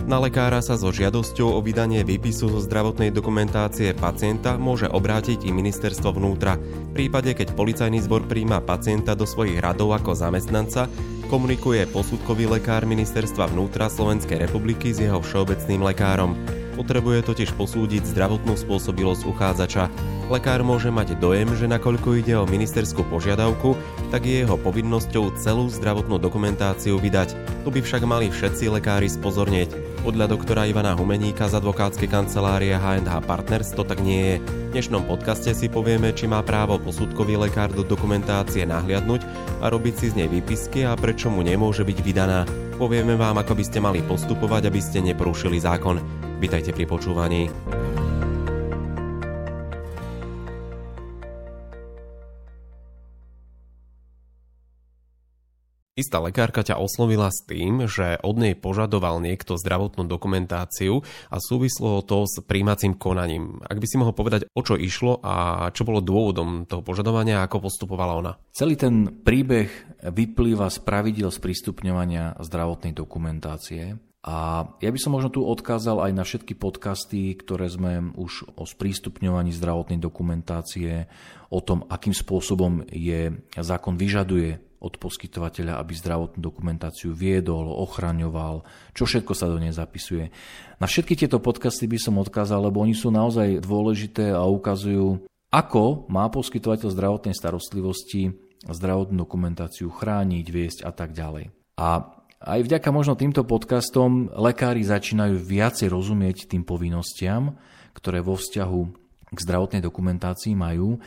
Na lekára sa so žiadosťou o vydanie výpisu zo zdravotnej dokumentácie pacienta môže obrátiť i ministerstvo vnútra. V prípade, keď policajný zbor prijíma pacienta do svojich radov ako zamestnanca, komunikuje posudkový lekár ministerstva vnútra Slovenskej republiky s jeho všeobecným lekárom. Potrebuje totiž posúdiť zdravotnú spôsobilosť uchádzača. Lekár môže mať dojem, že nakoľko ide o ministerskú požiadavku, tak je jeho povinnosťou celú zdravotnú dokumentáciu vydať. Tu by však mali všetci lekári spozornieť. Podľa doktora Ivana Humeníka z advokátskej kancelárie H&H Partners to tak nie je. V dnešnom podcaste si povieme, či má právo posudkový lekár do dokumentácie nahliadnuť a robiť si z nej výpisky a prečo mu nemôže byť vydaná. Povieme vám, ako by ste mali postupovať, aby ste neporušili zákon. Vítajte pri počúvaní. Istá lekárka ťa oslovila s tým, že od nej požadoval niekto zdravotnú dokumentáciu a súvislo to s prijímacím konaním. Ak by si mohol povedať, o čo išlo a čo bolo dôvodom toho požadovania a ako postupovala ona? Celý ten príbeh vyplýva z pravidiel sprístupňovania zdravotnej dokumentácie. A ja by som možno tu odkázal aj na všetky podcasty, ktoré sme už o sprístupňovaní zdravotnej dokumentácie, o tom, akým spôsobom zákon vyžaduje od poskytovateľa, aby zdravotnú dokumentáciu viedol, ochraňoval, čo všetko sa do nej zapisuje. Na všetky tieto podcasty by som odkázal, lebo oni sú naozaj dôležité a ukazujú, ako má poskytovateľ zdravotnej starostlivosti zdravotnú dokumentáciu chrániť, viesť a tak ďalej. A aj vďaka možno týmto podcastom lekári začínajú viacej rozumieť tým povinnostiam, ktoré vo vzťahu k zdravotnej dokumentácii majú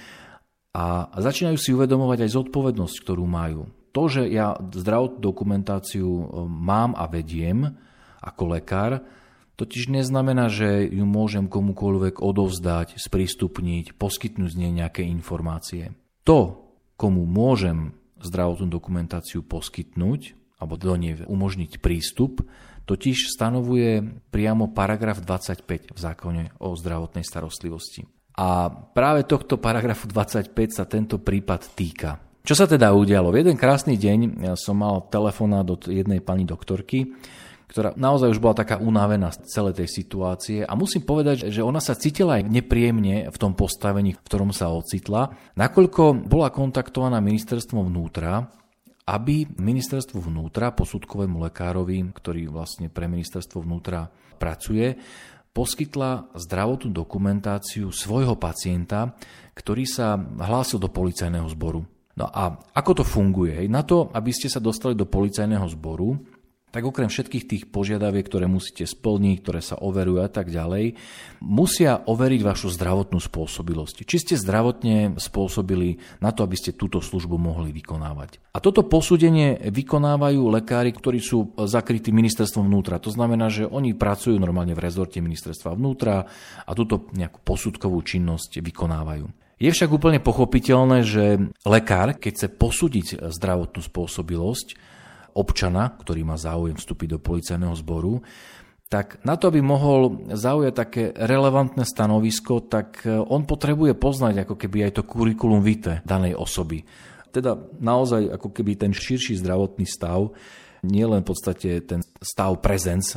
a začínajú si uvedomovať aj zodpovednosť, ktorú majú. To, že ja zdravotnú dokumentáciu mám a vediem ako lekár, totiž neznamená, že ju môžem komukoľvek odovzdať, sprístupniť, poskytnúť z nej nejaké informácie. To, komu môžem zdravotnú dokumentáciu poskytnúť, alebo do nej umožniť prístup, totiž stanovuje priamo paragraf 25 v zákone o zdravotnej starostlivosti. A práve tohto paragrafu 25 sa tento prípad týka. Čo sa teda udialo? V jeden krásny deň som mal telefonát od jednej pani doktorky, ktorá naozaj už bola taká unavená z celej tej situácie a musím povedať, že ona sa cítila aj nepríjemne v tom postavení, v ktorom sa ocitla, nakoľko bola kontaktovaná ministerstvom vnútra, aby ministerstvo vnútra posudkovému lekárovi, ktorý vlastne pre ministerstvo vnútra pracuje, poskytla zdravotnú dokumentáciu svojho pacienta, ktorý sa hlásil do policajného zboru. No a ako to funguje? Na to, aby ste sa dostali do policajného zboru, tak okrem všetkých tých požiadaviek, ktoré musíte splniť, ktoré sa overujú a tak ďalej, musia overiť vašu zdravotnú spôsobilosť. Či ste zdravotne spôsobili na to, aby ste túto službu mohli vykonávať. A toto posúdenie vykonávajú lekári, ktorí sú zakrytí ministerstvom vnútra. To znamená, že oni pracujú normálne v rezorte ministerstva vnútra a túto nejakú posudkovú činnosť vykonávajú. Je však úplne pochopiteľné, že lekár, keď chce posúdiť zdravotnú spôsobilosť občana, ktorý má záujem vstúpiť do policajného zboru, tak na to, aby mohol zaujať také relevantné stanovisko, tak on potrebuje poznať ako keby aj to curriculum vitae danej osoby. Teda naozaj ako keby ten širší zdravotný stav, nie len v podstate ten stav presence,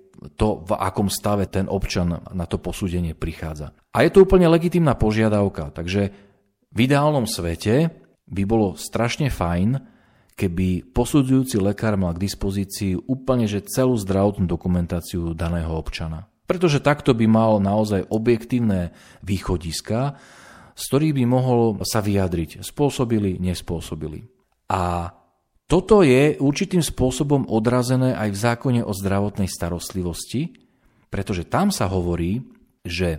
to v akom stave ten občan na to posúdenie prichádza. A je to úplne legitímna požiadavka, takže v ideálnom svete by bolo strašne fajn, keby posudzujúci lekár mal k dispozícii úplne že celú zdravotnú dokumentáciu daného občana. Pretože takto by mal naozaj objektívne východiska, z ktorých by mohol sa vyjadriť, spôsobili, nespôsobili. A toto je určitým spôsobom odrazené aj v zákone o zdravotnej starostlivosti, pretože tam sa hovorí, že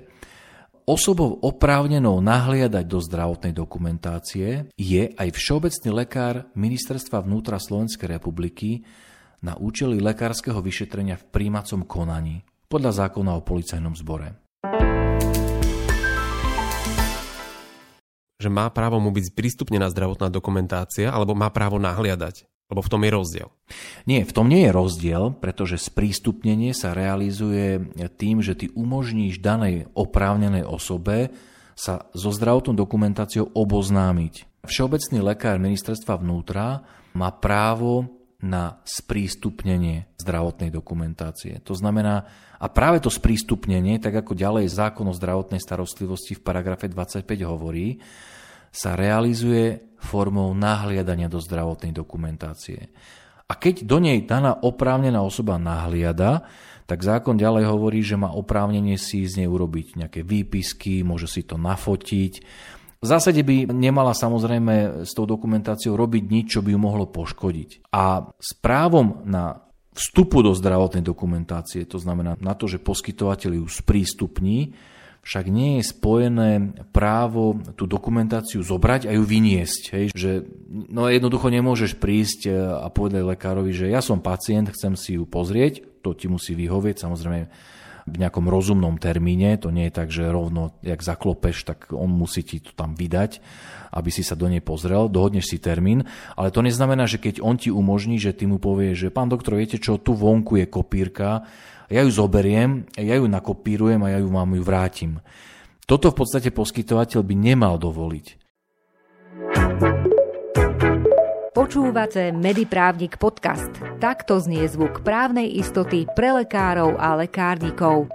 osobou oprávnenou nahliadať do zdravotnej dokumentácie je aj všeobecný lekár Ministerstva vnútra Slovenskej republiky na účely lekárskeho vyšetrenia v prijímacom konaní podľa zákona o policajnom zbore. Že má právo mu byť prístupnená zdravotná dokumentácia alebo má právo nahliadať? Lebo v tom je rozdiel. Nie, v tom nie je rozdiel, pretože sprístupnenie sa realizuje tým, že ty umožníš danej oprávnenej osobe sa so zdravotnou dokumentáciou oboznámiť. Všeobecný lekár Ministerstva vnútra má právo na sprístupnenie zdravotnej dokumentácie. To znamená, a práve to sprístupnenie, tak ako ďalej zákon o zdravotnej starostlivosti v paragrafe 25 hovorí, sa realizuje formou nahliadania do zdravotnej dokumentácie. A keď do nej daná oprávnená osoba nahliada, tak zákon ďalej hovorí, že má oprávnenie si z nej urobiť nejaké výpisky, môže si to nafotiť. V zásade by nemala samozrejme s tou dokumentáciou robiť nič, čo by ju mohlo poškodiť. A s právom na vstupu do zdravotnej dokumentácie, to znamená na to, že poskytovateľ ju sprístupní, však nie je spojené právo tú dokumentáciu zobrať a ju vyniesť. Hej? Že jednoducho nemôžeš prísť a povedať lekárovi, že ja som pacient, chcem si ju pozrieť, to ti musí vyhovieť, samozrejme v nejakom rozumnom termíne, to nie je tak, že rovno, jak zaklopeš, tak on musí ti to tam vydať, aby si sa do nej pozrel, dohodneš si termín, ale to neznamená, že keď on ti umožní, že ty mu povieš, že pán doktor, viete čo, tu vonku je kopírka, ja ju zoberiem, ja ju nakopírujem a ja ju vám ju vrátim. Toto v podstate poskytovateľ by nemal dovoliť. Počúvate Mediprávnik podcast. Takto znie zvuk právnej istoty pre lekárov a lekárnikov.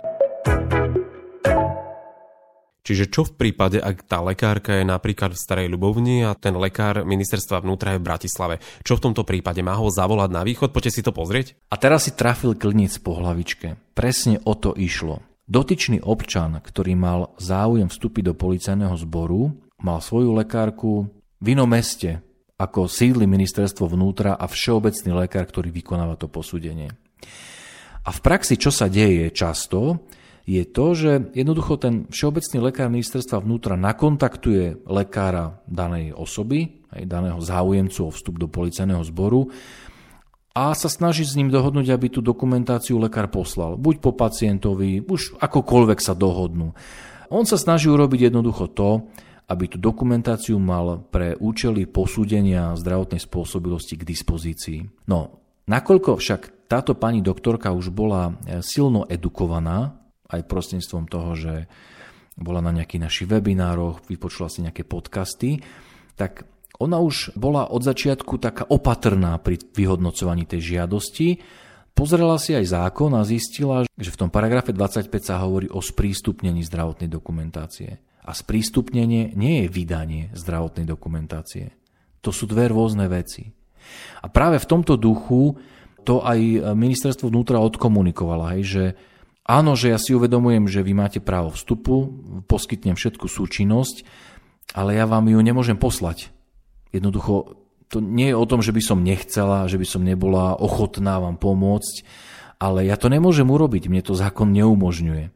Čiže čo v prípade, ak tá lekárka je napríklad v Starej Ľubovni a ten lekár ministerstva vnútra je v Bratislave? Čo v tomto prípade? Má ho zavolať na východ? Poďte si to pozrieť. A teraz si trafil klinec po hlavičke. Presne o to išlo. Dotyčný občan, ktorý mal záujem vstúpiť do policajného zboru, mal svoju lekárku v inom meste, ako sídli ministerstvo vnútra a všeobecný lekár, ktorý vykonáva to posúdenie. A v praxi, čo sa deje často, je to, že jednoducho ten všeobecný lekár ministerstva vnútra nakontaktuje lekára danej osoby, aj daného záujemcu o vstup do policajného zboru a sa snaží s ním dohodnúť, aby tú dokumentáciu lekár poslal. Buď po pacientovi, už akokoľvek sa dohodnú. On sa snaží urobiť jednoducho to, aby tú dokumentáciu mal pre účely posúdenia zdravotnej spôsobilosti k dispozícii. No, nakoľko však táto pani doktorka už bola silno edukovaná, aj prostredníctvom toho, že bola na nejakých našich webinároch, vypočula si nejaké podcasty, tak ona už bola od začiatku taká opatrná pri vyhodnocovaní tej žiadosti. Pozrela si aj zákon a zistila, že v tom paragrafe 25 sa hovorí o sprístupnení zdravotnej dokumentácie. A sprístupnenie nie je vydanie zdravotnej dokumentácie. To sú dve rôzne veci. A práve v tomto duchu to aj ministerstvo vnútra odkomunikovalo, že áno, že ja si uvedomujem, že vy máte právo vstupu, poskytnem všetku súčinnosť, ale ja vám ju nemôžem poslať. Jednoducho, to nie je o tom, že by som nechcela, že by som nebola ochotná vám pomôcť, ale ja to nemôžem urobiť, mne to zákon neumožňuje.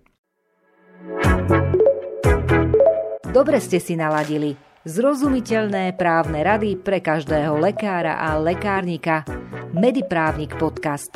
Dobre ste si naladili. Zrozumiteľné právne rady pre každého lekára a lekárnika. Mediprávnik podcast.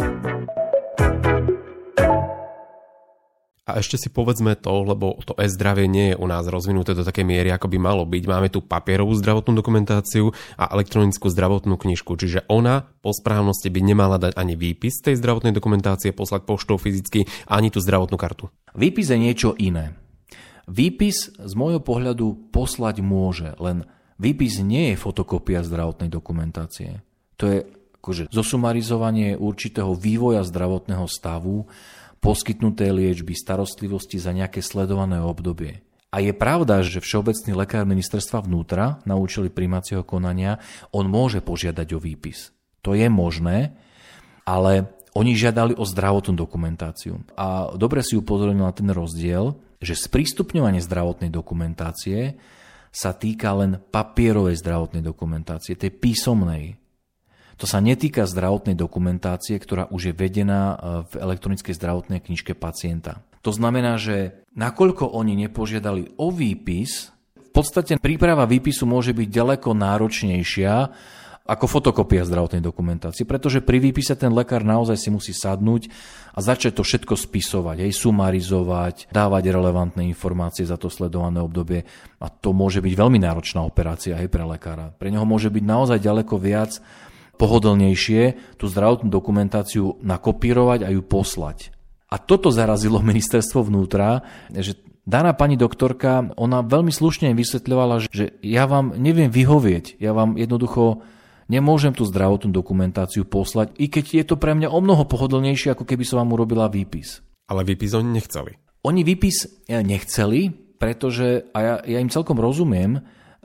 A ešte si povedzme to, lebo to e-zdravie nie je u nás rozvinuté do takej miery, ako by malo byť. Máme tu papierovú zdravotnú dokumentáciu a elektronickú zdravotnú knižku. Čiže ona po správnosti by nemala dať ani výpis tej zdravotnej dokumentácie, poslať poštou fyzicky, ani tú zdravotnú kartu. Výpis je niečo iné. Výpis z môjho pohľadu poslať môže, len výpis nie je fotokópia zdravotnej dokumentácie. To je akože zosumarizovanie určitého vývoja zdravotného stavu, poskytnutej liečby, starostlivosti za nejaké sledované obdobie. A je pravda, že všeobecný lekár ministerstva vnútra na účely prijímacieho konania, on môže požiadať o výpis. To je možné, ale oni žiadali o zdravotnú dokumentáciu. A dobre si upozornil na ten rozdiel, že sprístupňovanie zdravotnej dokumentácie sa týka len papierovej zdravotnej dokumentácie, tej písomnej. To sa netýka zdravotnej dokumentácie, ktorá už je vedená v elektronickej zdravotnej knižke pacienta. To znamená, že nakoľko oni nepožiadali o výpis, v podstate príprava výpisu môže byť ďaleko náročnejšia ako fotokópia zdravotnej dokumentácie, pretože pri výpise ten lekár naozaj si musí sadnúť a začať to všetko spisovať, sumarizovať, dávať relevantné informácie za to sledované obdobie a to môže byť veľmi náročná operácia aj pre lekára. Pre neho môže byť naozaj ďaleko viac pohodlnejšie tú zdravotnú dokumentáciu nakopírovať a ju poslať. A toto zarazilo ministerstvo vnútra, že daná pani doktorka, ona veľmi slušne vysvetľovala, že ja vám neviem vyhovieť, ja vám jednoducho Nemôžem tú zdravotnú dokumentáciu poslať, i keď je to pre mňa o mnoho pohodlnejšie, ako keby som vám urobila výpis. Ale výpis oni nechceli. Oni výpis nechceli, pretože, a ja im celkom rozumiem,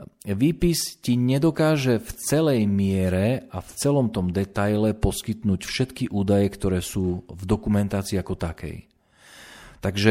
výpis ti nedokáže v celej miere a v celom tom detaile poskytnúť všetky údaje, ktoré sú v dokumentácii ako takej. Takže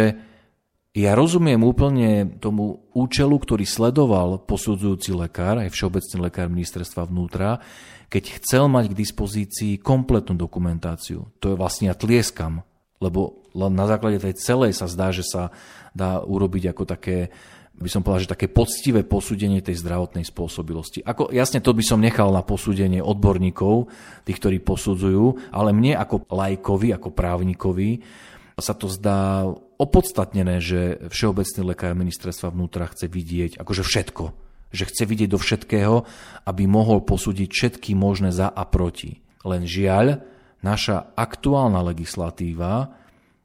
ja rozumiem úplne tomu účelu, ktorý sledoval posudzujúci lekár, aj všeobecný lekár ministerstva vnútra, keď chcel mať k dispozícii kompletnú dokumentáciu. To je vlastne ja tlieskam, lebo na základe tej celej sa zdá, že sa dá urobiť ako také, by som povedal, že také poctivé posúdenie tej zdravotnej spôsobilosti. Jasne, to by som nechal na posúdenie odborníkov, tých, ktorí posudzujú, ale mne ako laikovi, ako právnikovi sa to zdá opodstatnené, že všeobecný lekár ministerstva vnútra chce vidieť akože všetko. Že chce vidieť do všetkého, aby mohol posúdiť všetky možné za a proti. Len žiaľ, naša aktuálna legislatíva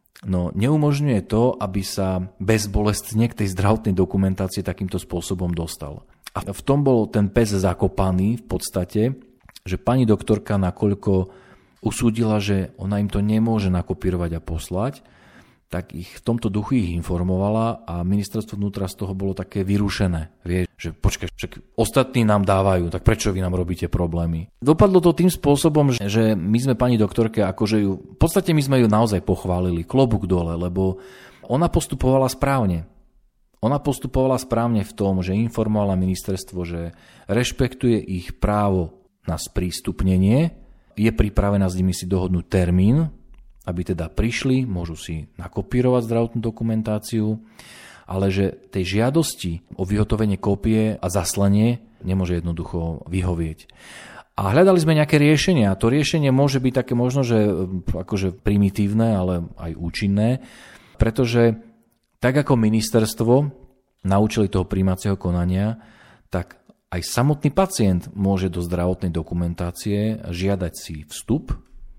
neumožňuje to, aby sa bezbolestne k tej zdravotnej dokumentácii takýmto spôsobom dostal. A v tom bol ten pes zakopaný v podstate, že pani doktorka nakoľko usúdila, že ona im to nemôže nakopírovať a poslať, tak ich v tomto duchu ich informovala a ministerstvo vnútra z toho bolo také vyrušené. Vieš, že počkaj, ostatní nám dávajú, tak prečo vy nám robíte problémy? Dopadlo to tým spôsobom, že my sme pani doktorke, v podstate my sme ju naozaj pochválili, klobúk dole, lebo ona postupovala správne. Ona postupovala správne v tom, že informovala ministerstvo, že rešpektuje ich právo na sprístupnenie, je pripravená s nimi si dohodnúť termín, aby teda prišli, môžu si nakopírovať zdravotnú dokumentáciu, ale že tej žiadosti o vyhotovenie kópie a zaslanie nemôže jednoducho vyhovieť. A hľadali sme nejaké riešenie a to riešenie môže byť také možno, že akože primitívne, ale aj účinné, pretože tak ako ministerstvo naučili toho prijímacieho konania, tak aj samotný pacient môže do zdravotnej dokumentácie žiadať si vstup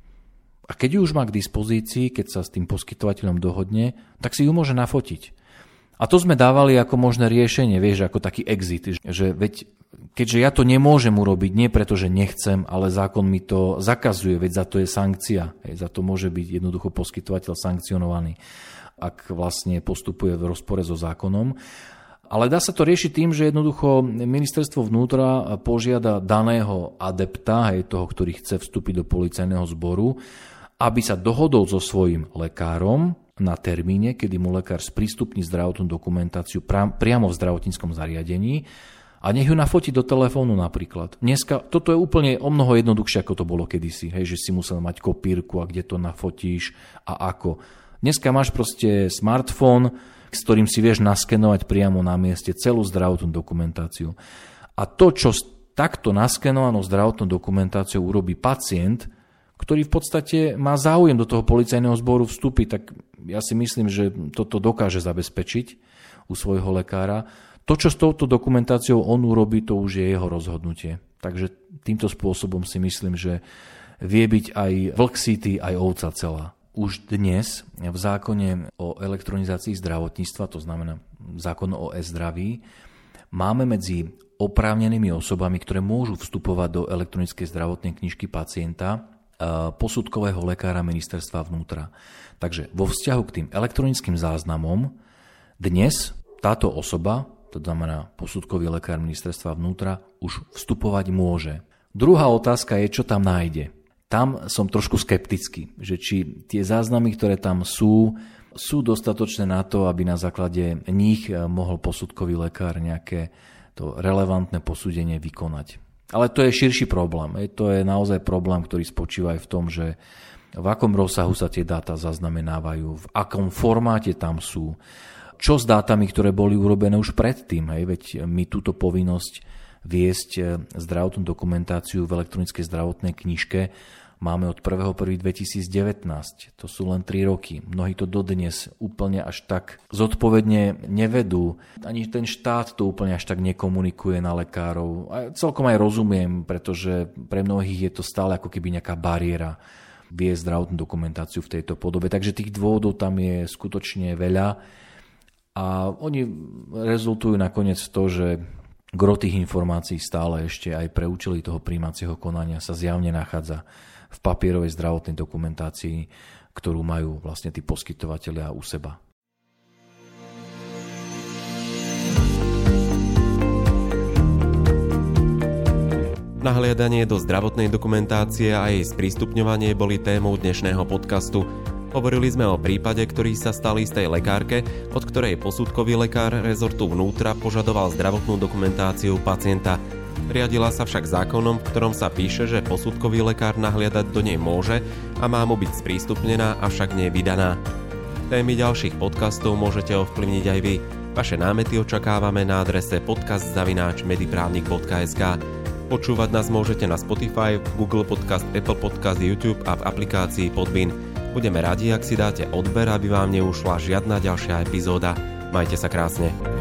a keď ju už má k dispozícii, keď sa s tým poskytovateľom dohodne, tak si ju môže nafotiť. A to sme dávali ako možné riešenie, vieš, ako taký exit, že keďže ja to nemôžem urobiť, nie preto, že nechcem, ale zákon mi to zakazuje, veď za to je sankcia, za to môže byť jednoducho poskytovateľ sankcionovaný, ak vlastne postupuje v rozpore so zákonom. Ale dá sa to riešiť tým, že jednoducho ministerstvo vnútra požiada daného adepta, toho, ktorý chce vstúpiť do policajného zboru, aby sa dohodol so svojím lekárom na termíne, kedy mu lekár sprístupní zdravotnú dokumentáciu priamo v zdravotníckom zariadení a nech ju nafotí do telefónu napríklad. Dneska toto je úplne o mnoho jednoduchšie, ako to bolo kedysi, že si musel mať kopírku a kde to nafotíš a ako. Dneska máš proste smartfón, s ktorým si vieš naskenovať priamo na mieste celú zdravotnú dokumentáciu. A to, čo s takto naskenovanou zdravotnou dokumentáciou urobí pacient, ktorý v podstate má záujem do toho policajného zboru vstúpiť, tak ja si myslím, že toto dokáže zabezpečiť u svojho lekára. To, čo s touto dokumentáciou on urobí, to už je jeho rozhodnutie. Takže týmto spôsobom si myslím, že vie byť aj vlk sýty, aj ovca celá. Už dnes v zákone o elektronizácii zdravotníctva, to znamená zákon o e-zdraví, máme medzi oprávnenými osobami, ktoré môžu vstupovať do elektronickej zdravotnej knižky pacienta, posudkového lekára ministerstva vnútra. Takže vo vzťahu k tým elektronickým záznamom dnes táto osoba, to znamená posudkový lekár ministerstva vnútra, už vstupovať môže. Druhá otázka je, čo tam nájde. Tam som trošku skeptický, že či tie záznamy, ktoré tam sú dostatočné na to, aby na základe nich mohol posudkový lekár nejaké to relevantné posúdenie vykonať. Ale to je širší problém. To je naozaj problém, ktorý spočíva aj v tom, že v akom rozsahu sa tie dáta zaznamenávajú, v akom formáte tam sú, čo s dátami, ktoré boli urobené už predtým. Veď my túto povinnosť viesť zdravotnú dokumentáciu v elektronickej zdravotnej knižke máme od 1.1.2019. To sú len 3 roky. Mnohí to dodnes úplne až tak zodpovedne nevedú. Ani ten štát to úplne až tak nekomunikuje na lekárov. A celkom aj rozumiem, pretože pre mnohých je to stále ako keby nejaká bariéra viesť zdravotnú dokumentáciu v tejto podobe. Takže tých dôvodov tam je skutočne veľa. A oni rezultujú nakoniec v to, že Gro tých informácií stále ešte aj pre účely toho prijímacieho konania sa zjavne nachádza v papierovej zdravotnej dokumentácii, ktorú majú vlastne tí poskytovatelia u seba. Nahliadanie do zdravotnej dokumentácie a jej sprístupňovanie boli témou dnešného podcastu. Hovorili sme o prípade, ktorý sa stal istej lekárke, od ktorej posudkový lekár rezortu vnútra požadoval zdravotnú dokumentáciu pacienta. Riadila sa však zákonom, v ktorom sa píše, že posudkový lekár nahliadať do nej môže a má mu byť sprístupnená, avšak nie vydaná. Témy ďalších podcastov môžete ovplyvniť aj vy. Vaše námety očakávame na adrese podcast@mediprávnik.sk. Počúvať nás môžete na Spotify, Google Podcast, Apple Podcast, YouTube a v aplikácii Podbean. Budeme radi, ak si dáte odber, aby vám neušla žiadna ďalšia epizóda. Majte sa krásne.